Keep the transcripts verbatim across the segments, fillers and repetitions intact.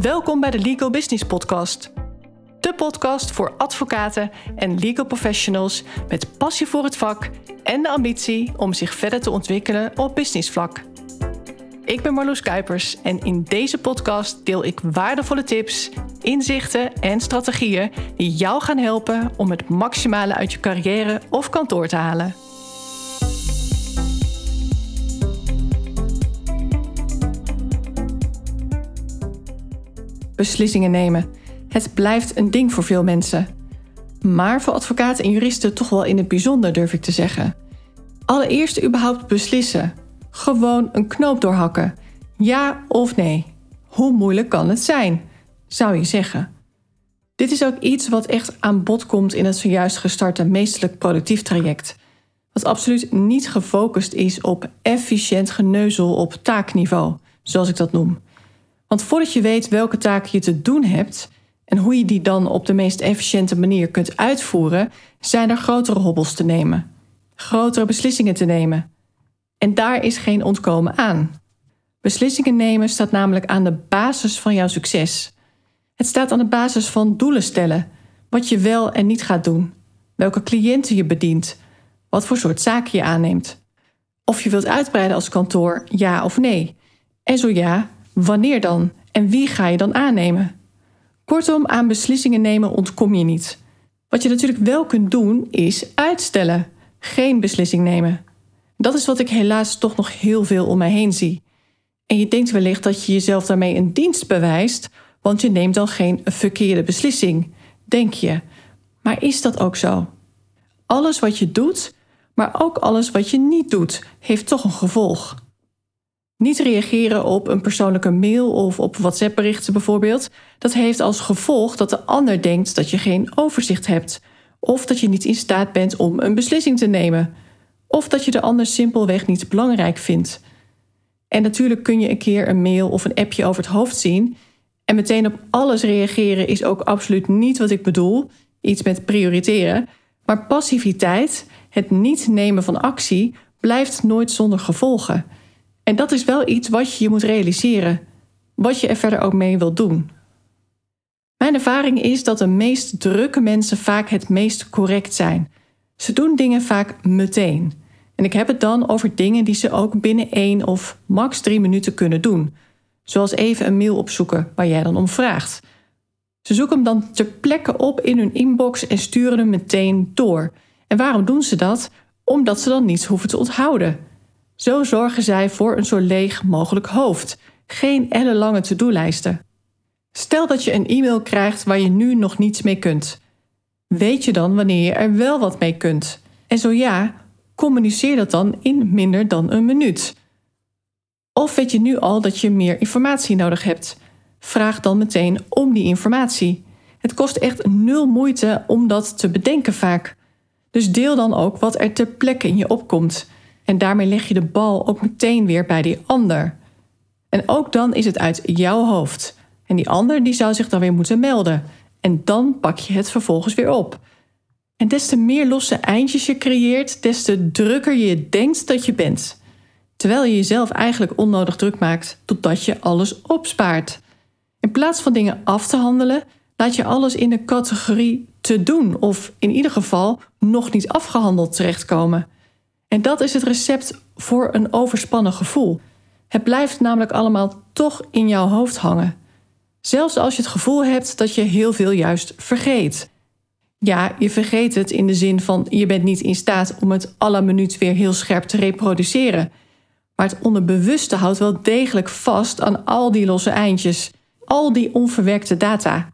Welkom bij de Legal Business Podcast. De podcast voor advocaten en legal professionals met passie voor het vak en de ambitie om zich verder te ontwikkelen op businessvlak. Ik ben Marloes Kuipers en in deze podcast deel ik waardevolle tips, inzichten en strategieën die jou gaan helpen om het maximale uit je carrière of kantoor te halen. Beslissingen nemen. Het blijft een ding voor veel mensen. Maar voor advocaten en juristen toch wel in het bijzonder, durf ik te zeggen. Allereerst überhaupt beslissen. Gewoon een knoop doorhakken. Ja of nee. Hoe moeilijk kan het zijn? Zou je zeggen. Dit is ook iets wat echt aan bod komt in het zojuist gestarte meestelijk productief traject. Wat absoluut niet gefocust is op efficiënt geneuzel op taakniveau, zoals ik dat noem. Want voordat je weet welke taken je te doen hebt en hoe je die dan op de meest efficiënte manier kunt uitvoeren, zijn er grotere hobbels te nemen. Grotere beslissingen te nemen. En daar is geen ontkomen aan. Beslissingen nemen staat namelijk aan de basis van jouw succes. Het staat aan de basis van doelen stellen. Wat je wel en niet gaat doen. Welke cliënten je bedient. Wat voor soort zaken je aanneemt. Of je wilt uitbreiden als kantoor, ja of nee. En zo ja, wanneer dan? En wie ga je dan aannemen? Kortom, aan beslissingen nemen ontkom je niet. Wat je natuurlijk wel kunt doen, is uitstellen. Geen beslissing nemen. Dat is wat ik helaas toch nog heel veel om mij heen zie. En je denkt wellicht dat je jezelf daarmee een dienst bewijst, want je neemt dan geen verkeerde beslissing, denk je. Maar is dat ook zo? Alles wat je doet, maar ook alles wat je niet doet, heeft toch een gevolg. Niet reageren op een persoonlijke mail of op WhatsApp-berichten bijvoorbeeld, dat heeft als gevolg dat de ander denkt dat je geen overzicht hebt, of dat je niet in staat bent om een beslissing te nemen, of dat je de ander simpelweg niet belangrijk vindt. En natuurlijk kun je een keer een mail of een appje over het hoofd zien, en meteen op alles reageren is ook absoluut niet wat ik bedoel, iets met prioriteren, maar passiviteit, het niet nemen van actie, blijft nooit zonder gevolgen. En dat is wel iets wat je je moet realiseren, wat je er verder ook mee wilt doen. Mijn ervaring is dat de meest drukke mensen vaak het meest correct zijn. Ze doen dingen vaak meteen. En ik heb het dan over dingen die ze ook binnen één of max drie minuten kunnen doen. Zoals even een mail opzoeken waar jij dan om vraagt. Ze zoeken hem dan ter plekke op in hun inbox en sturen hem meteen door. En waarom doen ze dat? Omdat ze dan niets hoeven te onthouden. Zo zorgen zij voor een zo leeg mogelijk hoofd. Geen ellenlange to-do-lijsten. Stel dat je een e-mail krijgt waar je nu nog niets mee kunt. Weet je dan wanneer je er wel wat mee kunt? En zo ja, communiceer dat dan in minder dan een minuut. Of weet je nu al dat je meer informatie nodig hebt? Vraag dan meteen om die informatie. Het kost echt nul moeite om dat te bedenken vaak. Dus deel dan ook wat er ter plekke in je opkomt. En daarmee leg je de bal ook meteen weer bij die ander. En ook dan is het uit jouw hoofd. En die ander die zou zich dan weer moeten melden. En dan pak je het vervolgens weer op. En des te meer losse eindjes je creëert, des te drukker je denkt dat je bent. Terwijl je jezelf eigenlijk onnodig druk maakt, totdat je alles opspaart. In plaats van dingen af te handelen, laat je alles in de categorie te doen. Of in ieder geval nog niet afgehandeld terechtkomen. En dat is het recept voor een overspannen gevoel. Het blijft namelijk allemaal toch in jouw hoofd hangen. Zelfs als je het gevoel hebt dat je heel veel juist vergeet. Ja, je vergeet het in de zin van je bent niet in staat om het à la minuut weer heel scherp te reproduceren. Maar het onderbewuste houdt wel degelijk vast aan al die losse eindjes, al die onverwerkte data.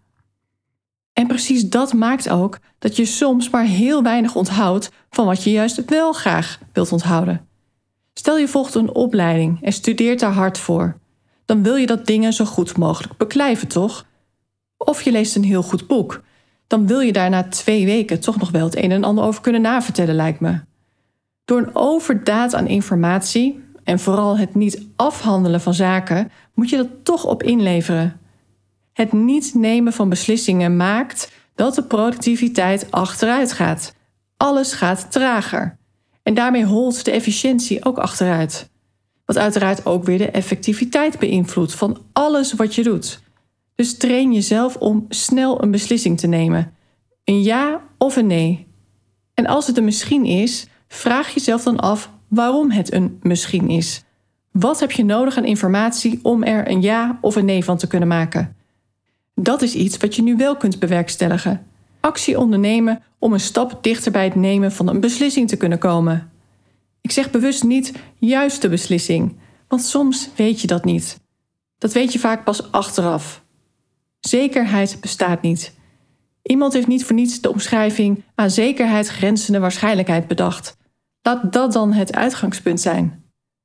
En precies dat maakt ook dat je soms maar heel weinig onthoudt van wat je juist wel graag wilt onthouden. Stel je volgt een opleiding en studeert daar hard voor. Dan wil je dat dingen zo goed mogelijk beklijven, toch? Of je leest een heel goed boek. Dan wil je daar na twee weken toch nog wel het een en ander over kunnen navertellen, lijkt me. Door een overdaad aan informatie en vooral het niet afhandelen van zaken, moet je dat toch op inleveren. Het niet nemen van beslissingen maakt dat de productiviteit achteruit gaat. Alles gaat trager. En daarmee holt de efficiëntie ook achteruit. Wat uiteraard ook weer de effectiviteit beïnvloedt van alles wat je doet. Dus train jezelf om snel een beslissing te nemen. Een ja of een nee. En als het een misschien is, vraag jezelf dan af waarom het een misschien is. Wat heb je nodig aan informatie om er een ja of een nee van te kunnen maken? Dat is iets wat je nu wel kunt bewerkstelligen. Actie ondernemen om een stap dichter bij het nemen van een beslissing te kunnen komen. Ik zeg bewust niet juiste beslissing, want soms weet je dat niet. Dat weet je vaak pas achteraf. Zekerheid bestaat niet. Iemand heeft niet voor niets de omschrijving aan zekerheid grenzende waarschijnlijkheid bedacht. Laat dat dan het uitgangspunt zijn.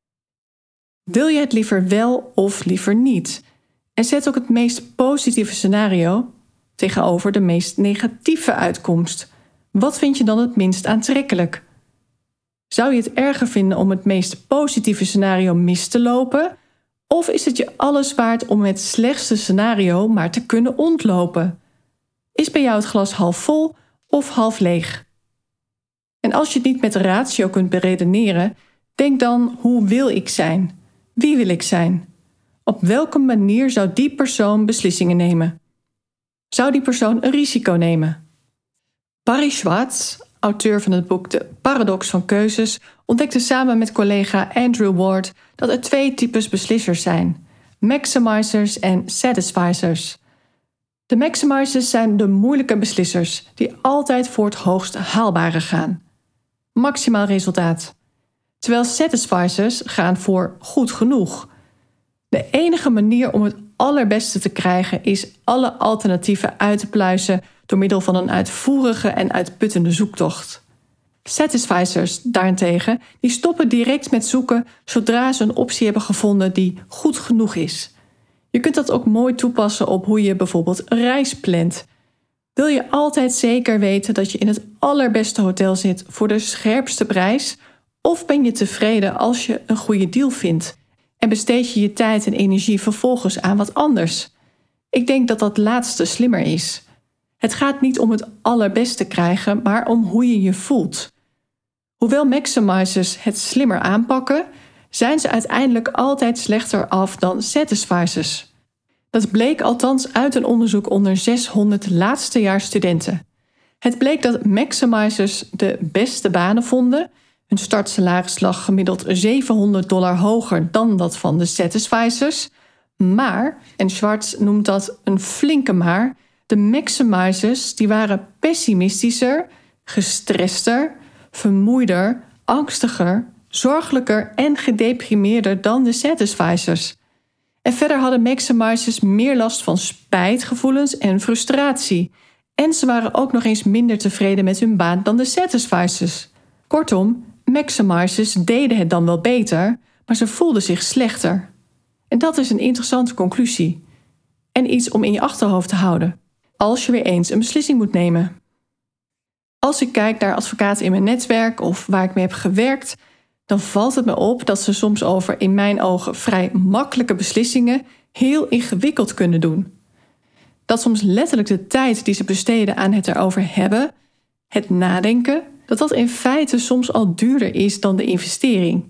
Wil je het liever wel of liever niet? En zet ook het meest positieve scenario tegenover de meest negatieve uitkomst. Wat vind je dan het minst aantrekkelijk? Zou je het erger vinden om het meest positieve scenario mis te lopen? Of is het je alles waard om het slechtste scenario maar te kunnen ontlopen? Is bij jou het glas half vol of half leeg? En als je het niet met de ratio kunt beredeneren, denk dan: hoe wil ik zijn? Wie wil ik zijn? Op welke manier zou die persoon beslissingen nemen? Zou die persoon een risico nemen? Barry Schwartz, auteur van het boek De Paradox van Keuzes, ontdekte samen met collega Andrew Ward dat er twee types beslissers zijn: maximizers en satisficers. De maximizers zijn de moeilijke beslissers die altijd voor het hoogst haalbare gaan. Maximaal resultaat. Terwijl satisficers gaan voor goed genoeg. De enige manier om het allerbeste te krijgen is alle alternatieven uit te pluizen door middel van een uitvoerige en uitputtende zoektocht. Satisficers daarentegen, die stoppen direct met zoeken zodra ze een optie hebben gevonden die goed genoeg is. Je kunt dat ook mooi toepassen op hoe je bijvoorbeeld een reis plant. Wil je altijd zeker weten dat je in het allerbeste hotel zit voor de scherpste prijs? Of ben je tevreden als je een goede deal vindt? En besteed je je tijd en energie vervolgens aan wat anders? Ik denk dat dat laatste slimmer is. Het gaat niet om het allerbeste krijgen, maar om hoe je je voelt. Hoewel maximizers het slimmer aanpakken, zijn ze uiteindelijk altijd slechter af dan satisficers. Dat bleek althans uit een onderzoek onder zeshonderd laatstejaars studenten. Het bleek dat maximizers de beste banen vonden. Hun startsalaris lag gemiddeld zevenhonderd dollar hoger dan dat van de satisficers. Maar, en Schwartz noemt dat een flinke maar, de maximizers die waren pessimistischer, gestrester, vermoeider, angstiger, zorgelijker en gedeprimeerder dan de satisficers. En verder hadden maximizers meer last van spijtgevoelens en frustratie. En ze waren ook nog eens minder tevreden met hun baan dan de satisficers. Kortom, maximizers deden het dan wel beter, maar ze voelden zich slechter. En dat is een interessante conclusie. En iets om in je achterhoofd te houden, als je weer eens een beslissing moet nemen. Als ik kijk naar advocaten in mijn netwerk of waar ik mee heb gewerkt, dan valt het me op dat ze soms over in mijn ogen vrij makkelijke beslissingen heel ingewikkeld kunnen doen. Dat soms letterlijk de tijd die ze besteden aan het erover hebben, het nadenken, dat dat in feite soms al duurder is dan de investering.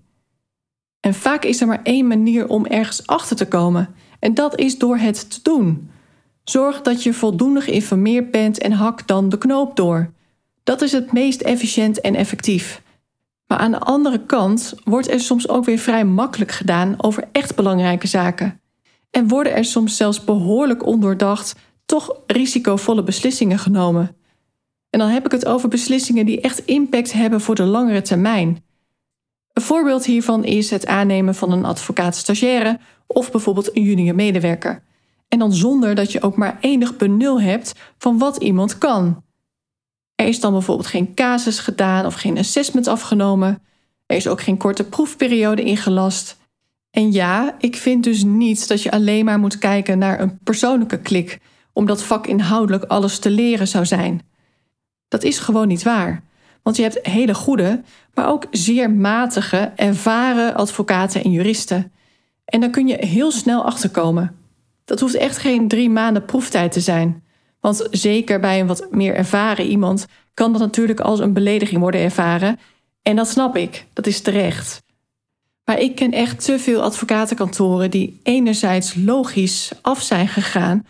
En vaak is er maar één manier om ergens achter te komen, en dat is door het te doen. Zorg dat je voldoende geïnformeerd bent en hak dan de knoop door. Dat is het meest efficiënt en effectief. Maar aan de andere kant wordt er soms ook weer vrij makkelijk gedaan over echt belangrijke zaken. En worden er soms zelfs behoorlijk ondoordacht toch risicovolle beslissingen genomen. En dan heb ik het over beslissingen die echt impact hebben voor de langere termijn. Een voorbeeld hiervan is het aannemen van een advocaat-stagiaire of bijvoorbeeld een junior medewerker. En dan zonder dat je ook maar enig benul hebt van wat iemand kan. Er is dan bijvoorbeeld geen casus gedaan of geen assessment afgenomen. Er is ook geen korte proefperiode ingelast. En ja, ik vind dus niet dat je alleen maar moet kijken naar een persoonlijke klik, omdat vakinhoudelijk alles te leren zou zijn. Dat is gewoon niet waar. Want je hebt hele goede, maar ook zeer matige, ervaren advocaten en juristen. En daar kun je heel snel achterkomen. Dat hoeft echt geen drie maanden proeftijd te zijn. Want zeker bij een wat meer ervaren iemand kan dat natuurlijk als een belediging worden ervaren. En dat snap ik, dat is terecht. Maar ik ken echt te veel advocatenkantoren die enerzijds logisch af zijn gegaan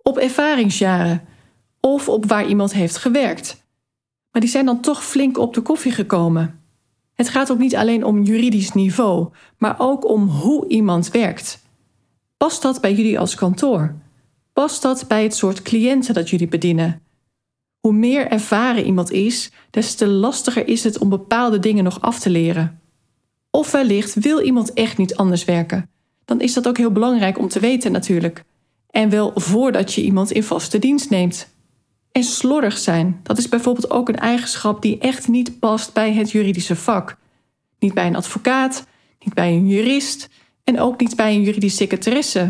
op ervaringsjaren of op waar iemand heeft gewerkt. Maar die zijn dan toch flink op de koffie gekomen. Het gaat ook niet alleen om juridisch niveau, maar ook om hoe iemand werkt. Past dat bij jullie als kantoor? Past dat bij het soort cliënten dat jullie bedienen? Hoe meer ervaren iemand is, des te lastiger is het om bepaalde dingen nog af te leren. Of wellicht wil iemand echt niet anders werken. Dan is dat ook heel belangrijk om te weten natuurlijk. En wel voordat je iemand in vaste dienst neemt. En slordig zijn, dat is bijvoorbeeld ook een eigenschap die echt niet past bij het juridische vak. Niet bij een advocaat, niet bij een jurist en ook niet bij een juridische secretaresse.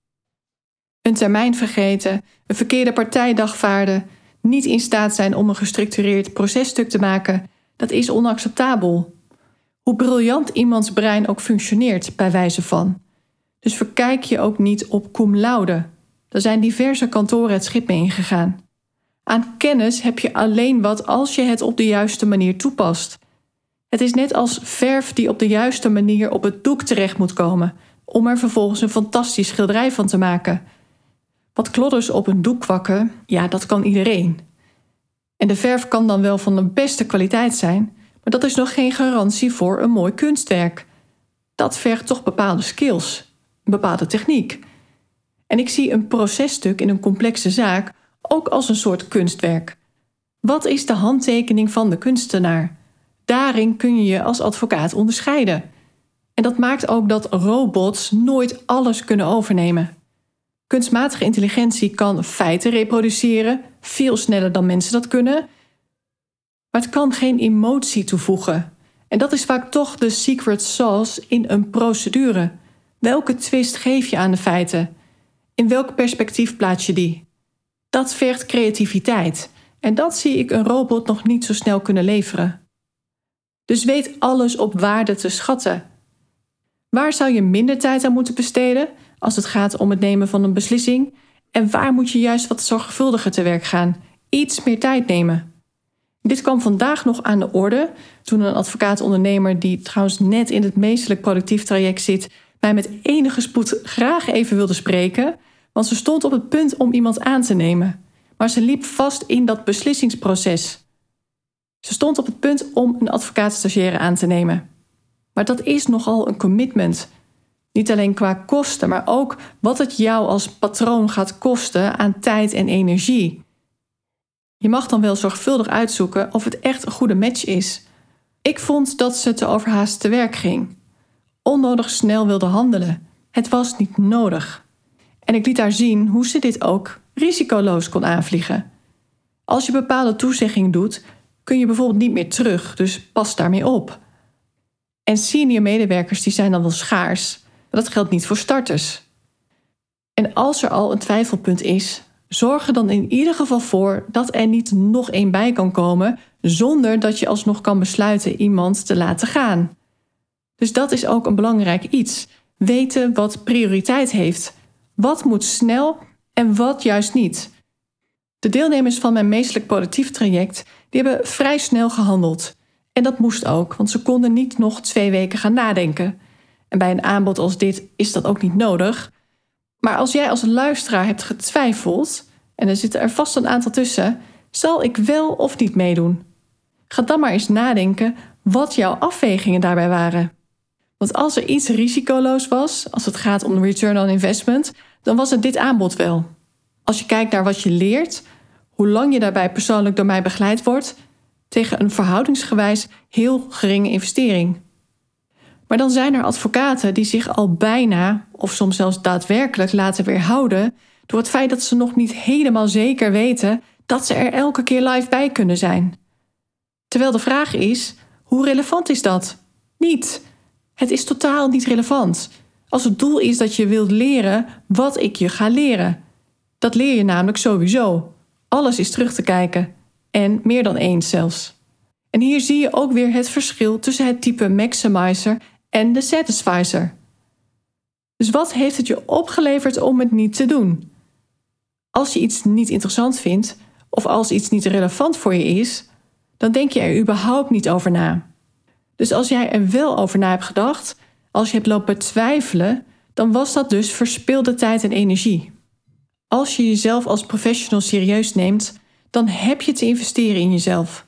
Een termijn vergeten, een verkeerde partij dagvaarden, niet in staat zijn om een gestructureerd processtuk te maken, dat is onacceptabel. Hoe briljant iemands brein ook functioneert, bij wijze van. Dus verkijk je ook niet op cum laude. Daar zijn diverse kantoren het schip mee ingegaan. Aan kennis heb je alleen wat als je het op de juiste manier toepast. Het is net als verf die op de juiste manier op het doek terecht moet komen, om er vervolgens een fantastisch schilderij van te maken. Wat klodders op een doek kwakken, ja, dat kan iedereen. En de verf kan dan wel van de beste kwaliteit zijn, maar dat is nog geen garantie voor een mooi kunstwerk. Dat vergt toch bepaalde skills, een bepaalde techniek. En ik zie een processtuk in een complexe zaak ook als een soort kunstwerk. Wat is de handtekening van de kunstenaar? Daarin kun je je als advocaat onderscheiden. En dat maakt ook dat robots nooit alles kunnen overnemen. Kunstmatige intelligentie kan feiten reproduceren, veel sneller dan mensen dat kunnen. Maar het kan geen emotie toevoegen. En dat is vaak toch de secret sauce in een procedure. Welke twist geef je aan de feiten? In welk perspectief plaats je die? Dat vergt creativiteit. En dat zie ik een robot nog niet zo snel kunnen leveren. Dus weet alles op waarde te schatten. Waar zou je minder tijd aan moeten besteden als het gaat om het nemen van een beslissing? En waar moet je juist wat zorgvuldiger te werk gaan? Iets meer tijd nemen. Dit kwam vandaag nog aan de orde toen een advocaat-ondernemer, die trouwens net in het meestelijk productief traject zit, mij met enige spoed graag even wilde spreken, want ze stond op het punt om iemand aan te nemen. Maar ze liep vast in dat beslissingsproces. Ze stond op het punt om een advocaat-stagiaire aan te nemen. Maar dat is nogal een commitment. Niet alleen qua kosten, maar ook wat het jou als patroon gaat kosten aan tijd en energie. Je mag dan wel zorgvuldig uitzoeken of het echt een goede match is. Ik vond dat ze te overhaast te werk ging. Onnodig snel wilde handelen. Het was niet nodig. En ik liet haar zien hoe ze dit ook risicoloos kon aanvliegen. Als je bepaalde toezeggingen doet, kun je bijvoorbeeld niet meer terug, dus pas daarmee op. En senior medewerkers die zijn dan wel schaars, maar dat geldt niet voor starters. En als er al een twijfelpunt is, zorg er dan in ieder geval voor dat er niet nog één bij kan komen, zonder dat je alsnog kan besluiten iemand te laten gaan. Dus dat is ook een belangrijk iets. Weten wat prioriteit heeft. Wat moet snel en wat juist niet. De deelnemers van mijn meestelijk productief traject die hebben vrij snel gehandeld. En dat moest ook, want ze konden niet nog twee weken gaan nadenken. En bij een aanbod als dit is dat ook niet nodig. Maar als jij als luisteraar hebt getwijfeld, en er zitten er vast een aantal tussen, zal ik wel of niet meedoen? Ga dan maar eens nadenken wat jouw afwegingen daarbij waren. Want als er iets risicoloos was, als het gaat om return on investment, dan was het dit aanbod wel. Als je kijkt naar wat je leert, hoe lang je daarbij persoonlijk door mij begeleid wordt, tegen een verhoudingsgewijs heel geringe investering. Maar dan zijn er advocaten die zich al bijna, of soms zelfs daadwerkelijk laten weerhouden door het feit dat ze nog niet helemaal zeker weten dat ze er elke keer live bij kunnen zijn. Terwijl de vraag is, hoe relevant is dat? Niet. Het is totaal niet relevant. Als het doel is dat je wilt leren wat ik je ga leren. Dat leer je namelijk sowieso. Alles is terug te kijken. En meer dan eens zelfs. En hier zie je ook weer het verschil tussen het type maximizer en de satisfizer. Dus wat heeft het je opgeleverd om het niet te doen? Als je iets niet interessant vindt, of als iets niet relevant voor je is, dan denk je er überhaupt niet over na. Dus als jij er wel over na hebt gedacht, als je hebt lopen twijfelen, dan was dat dus verspilde tijd en energie. Als je jezelf als professional serieus neemt, dan heb je te investeren in jezelf.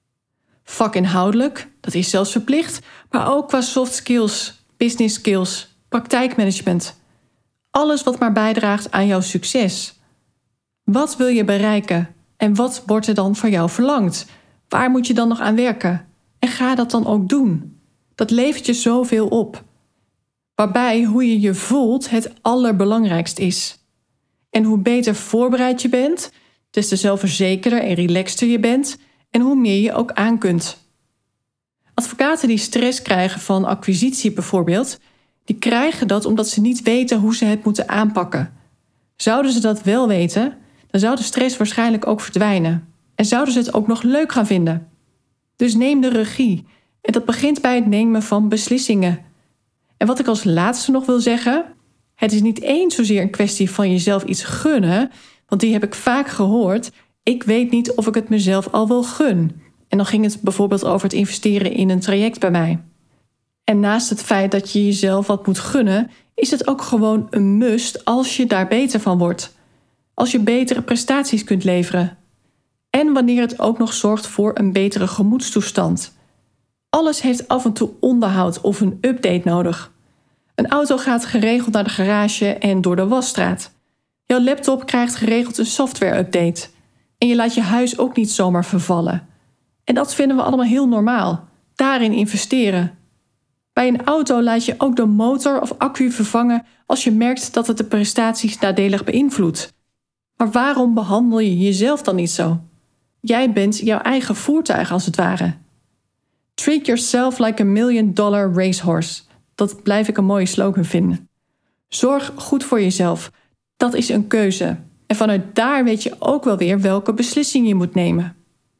Vakinhoudelijk, dat is zelfs verplicht, maar ook qua soft skills, business skills, praktijkmanagement. Alles wat maar bijdraagt aan jouw succes. Wat wil je bereiken en wat wordt er dan van jou verlangd? Waar moet je dan nog aan werken? En ga dat dan ook doen. Dat levert je zoveel op. Waarbij hoe je je voelt het allerbelangrijkst is. En hoe beter voorbereid je bent, des te zelfverzekerder en relaxter je bent en hoe meer je ook aan kunt. Advocaten die stress krijgen van acquisitie bijvoorbeeld, die krijgen dat omdat ze niet weten hoe ze het moeten aanpakken. Zouden ze dat wel weten, dan zou de stress waarschijnlijk ook verdwijnen. En zouden ze het ook nog leuk gaan vinden. Dus neem de regie. En dat begint bij het nemen van beslissingen. En wat ik als laatste nog wil zeggen, het is niet eens zozeer een kwestie van jezelf iets gunnen, want die heb ik vaak gehoord. Ik weet niet of ik het mezelf al wel gun. En dan ging het bijvoorbeeld over het investeren in een traject bij mij. En naast het feit dat je jezelf wat moet gunnen, is het ook gewoon een must als je daar beter van wordt. Als je betere prestaties kunt leveren. En wanneer het ook nog zorgt voor een betere gemoedstoestand. Alles heeft af en toe onderhoud of een update nodig. Een auto gaat geregeld naar de garage en door de wasstraat. Jouw laptop krijgt geregeld een software-update. En je laat je huis ook niet zomaar vervallen. En dat vinden we allemaal heel normaal. Daarin investeren. Bij een auto laat je ook de motor of accu vervangen als je merkt dat het de prestaties nadelig beïnvloedt. Maar waarom behandel je jezelf dan niet zo? Jij bent jouw eigen voertuig als het ware. Treat yourself like a million dollar racehorse. Dat blijf ik een mooie slogan vinden. Zorg goed voor jezelf. Dat is een keuze. En vanuit daar weet je ook wel weer welke beslissing je moet nemen.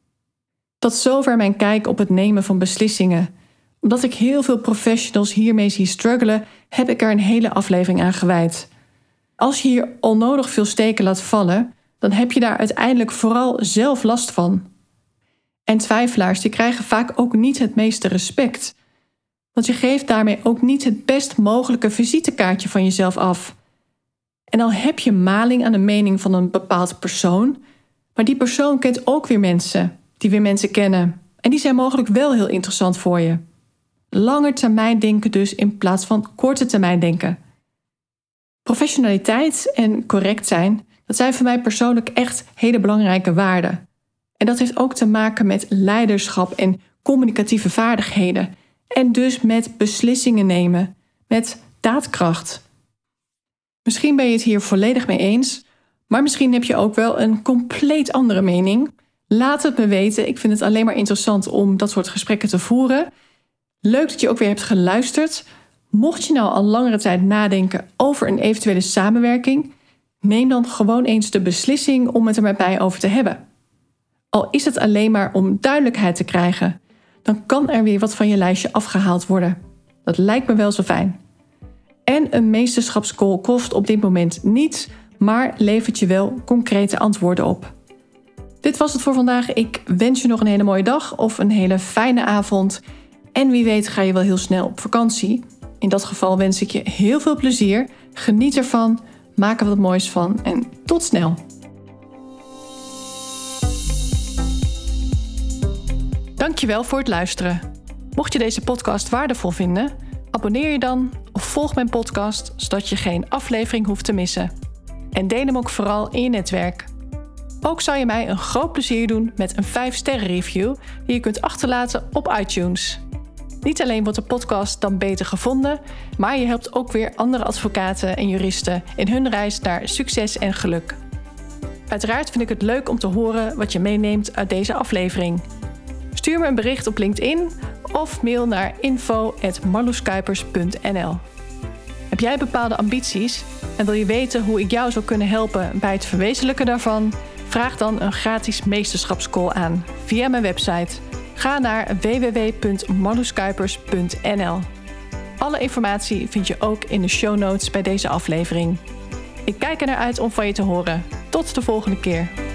Tot zover mijn kijk op het nemen van beslissingen. Omdat ik heel veel professionals hiermee zie struggelen, heb ik er een hele aflevering aan gewijd. Als je hier onnodig veel steken laat vallen, dan heb je daar uiteindelijk vooral zelf last van. En twijfelaars die krijgen vaak ook niet het meeste respect. Want je geeft daarmee ook niet het best mogelijke visitekaartje van jezelf af. En al heb je maling aan de mening van een bepaald persoon, maar die persoon kent ook weer mensen, die weer mensen kennen. En die zijn mogelijk wel heel interessant voor je. Langer termijn denken dus in plaats van korte termijn denken. Professionaliteit en correct zijn, dat zijn voor mij persoonlijk echt hele belangrijke waarden. En dat heeft ook te maken met leiderschap en communicatieve vaardigheden. En dus met beslissingen nemen, met daadkracht. Misschien ben je het hier volledig mee eens, maar misschien heb je ook wel een compleet andere mening. Laat het me weten, ik vind het alleen maar interessant om dat soort gesprekken te voeren. Leuk dat je ook weer hebt geluisterd. Mocht je nou al langere tijd nadenken over een eventuele samenwerking, neem dan gewoon eens de beslissing om het er met mij over te hebben. Al is het alleen maar om duidelijkheid te krijgen, dan kan er weer wat van je lijstje afgehaald worden. Dat lijkt me wel zo fijn. En een meesterschapscall kost op dit moment niets, maar levert je wel concrete antwoorden op. Dit was het voor vandaag. Ik wens je nog een hele mooie dag of een hele fijne avond. En wie weet ga je wel heel snel op vakantie. In dat geval wens ik je heel veel plezier. Geniet ervan, maak er wat moois van en tot snel. Dankjewel voor het luisteren. Mocht je deze podcast waardevol vinden, abonneer je dan of volg mijn podcast, zodat je geen aflevering hoeft te missen. En deel hem ook vooral in je netwerk. Ook zou je mij een groot plezier doen met een vijf sterren review die je kunt achterlaten op iTunes. Niet alleen wordt de podcast dan beter gevonden, maar je helpt ook weer andere advocaten en juristen in hun reis naar succes en geluk. Uiteraard vind ik het leuk om te horen wat je meeneemt uit deze aflevering. Stuur me een bericht op LinkedIn of mail naar info at marloeskuipers punt n l. Heb jij bepaalde ambities en wil je weten hoe ik jou zou kunnen helpen bij het verwezenlijken daarvan? Vraag dan een gratis meesterschapscall aan via mijn website. Ga naar w w w punt marloeskuipers punt n l. Alle informatie vind je ook in de show notes bij deze aflevering. Ik kijk er naar uit om van je te horen. Tot de volgende keer.